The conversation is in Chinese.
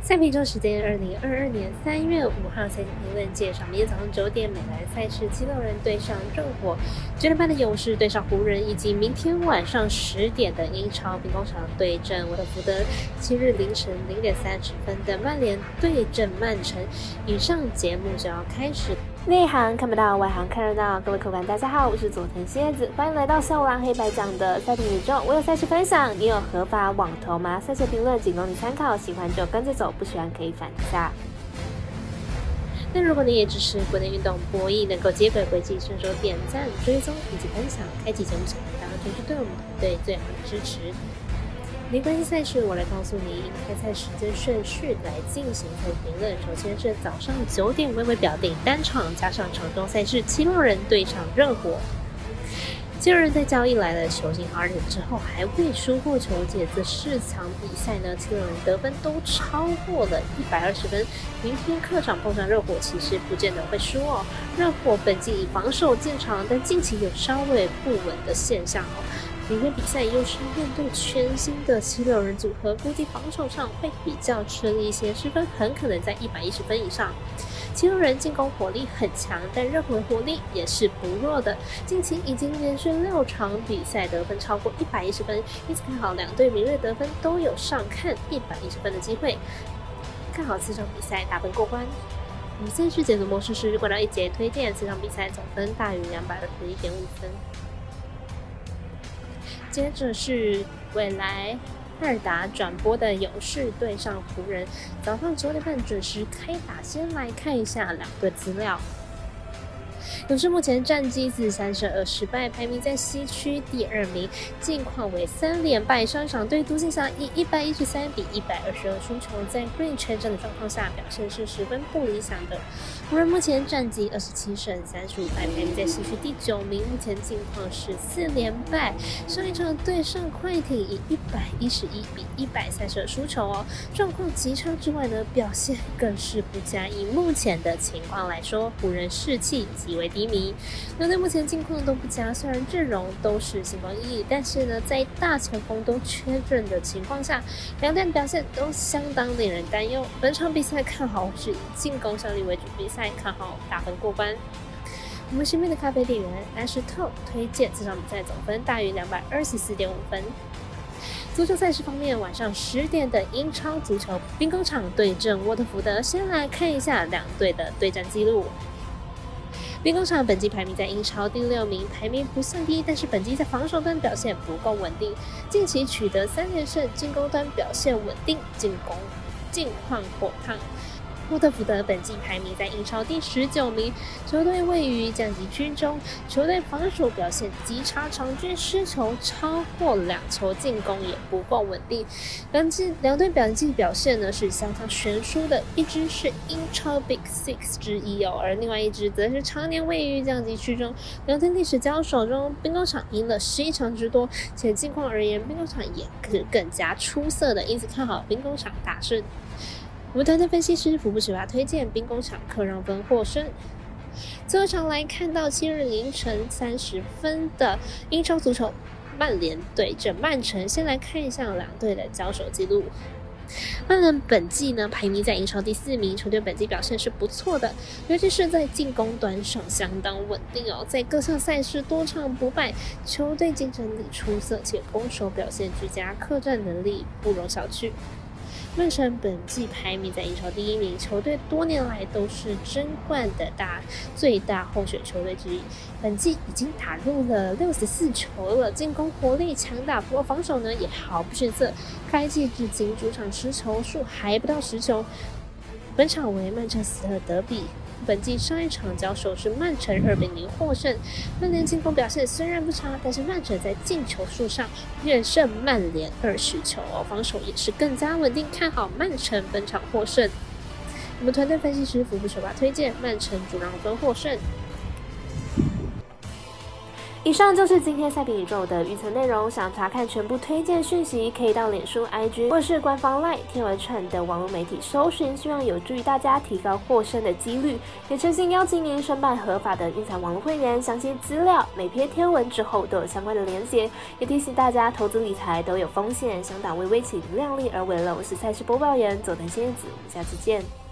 赛评中时间2022年3月5号赛前评论介绍，明天早上9点美兰赛事76人对上热火，9点半的勇士对上湖人，以及明天晚上10点的英超兵工厂对阵沃特福德，7日凌晨0点30分的曼联对阵曼城。以上节目就要开始。内行看不到，外行看热闹。各位客官，大家好，我是佐藤蝎子，欢迎来到小五郎黑白讲的赛评宇宙。我有赛事分享，你有合法网投吗？赛前评论仅供你参考，喜欢就跟着走，不喜欢可以反一下。那如果你也支持国内运动博弈能够接轨国际，顺手点赞、追踪以及分享，开启节目小铃铛，就是对我们团队最好的支持。没关系，赛事我来告诉你开赛时间顺序来进行赛评论。首先是早上9点微微表定单场，加上场中赛事76人对上热火。76人在交易来了球星 Harden 之后，还未输过球季，这4场比赛呢，76人得分都超过了120分。明天客场碰上热火，其实不见得会输哦。热火本季以防守见长，但近期有稍微不稳的现象哦。明天比赛又是面对全新的76人组合，估计防守上会比较吃力一些，失分很可能在110分以上。76人进攻火力很强，但热火火力也是不弱的。近期已经连续6场比赛得分超过110分，因此看好两队明日得分都有上看110分的机会。看好4场比赛打分过关。赛事解读模式是过到一节推荐4场比赛总分大于221.5分。接着是未来2打转播的勇士对上湖人，早上9点半准时开打。先来看一下两队资料。勇士目前战绩是32-10败，排名在西区第2名，近况为3连败。上一场对独行侠以113比122输球，在 Green 缺阵的状况下，表现是十分不理想的。湖人目前战绩27胜35败，排名在西区第9名，目前近况是4连败。上一场对上快艇以111比132输球哦，状况极差之外呢，表现更是不佳。以目前的情况来说，湖人士气极为低迷，两队目前近况都不佳，虽然阵容都是星光熠熠，但是呢，在大前锋都缺阵的情况下，两队的表现都相当令人担忧。本场比赛看好是以进攻效率为主比赛，看好打分过关。我们身边的咖啡店员安石透推荐这场比赛总分大于224.5分。足球赛事方面，晚上10点的英超足球兵工厂对阵沃特福德，先来看一下两队的对战记录。兵工厂本季排名在英超第6名，排名不算低，但是本季在防守端表现不够稳定，近期取得3连胜，进攻端表现稳定，进攻近况火烫。沃特福德本季排名在英超第19名，球队位于降级区中，球队防守表现极差，场均失球超过2球，进攻也不够稳定。两队表现呢是相当悬殊的，一支是英超 Big Six 之一哦，而另外一支则是常年位于降级区中。两队历史交手中，兵工厂赢了11场之多，且近况而言，兵工厂也是更加出色的，因此看好兵工厂大胜。我们团队分析师福布学霸推荐兵工厂客让分获胜。最后一场来看到7日凌晨30分的英超足球曼联对阵曼城，先来看一下两队的交手记录。曼联本季呢排名在英超第4名，球队本季表现是不错的，尤其是在进攻端上相当稳定哦，在各项赛事多场不败，球队竞争力出色，且攻守表现俱佳，客战能力不容小觑。曼城本季排名在英超第1名，球队多年来都是争冠的最大候选球队之一。本季已经打入了64球了，进攻火力强大，不过防守呢也毫不逊色。开季至今主场失球数还不到10球。本场为曼彻斯特德比。本季上一场交手是曼城2比0获胜，曼联进攻表现虽然不差，但是曼城在进球数上远胜曼联20球哦，防守也是更加稳定，看好曼城本场获胜。我们团队分析师福布学霸推荐曼城主让分获胜。 以上就是今天赛评宇宙的预测内容。想查看全部推荐讯息，可以到脸书、IG 或是官方 LINE 天文串的网络媒体搜寻，希望有助于大家提高获胜的几率。也诚心邀请您申办合法的运彩网络会员，详细资料每篇天文之后都有相关的连结。也提醒大家，投资理财都有风险，想打微微起量力而为了。我是赛事播报员佐藤仙子，我们下次见。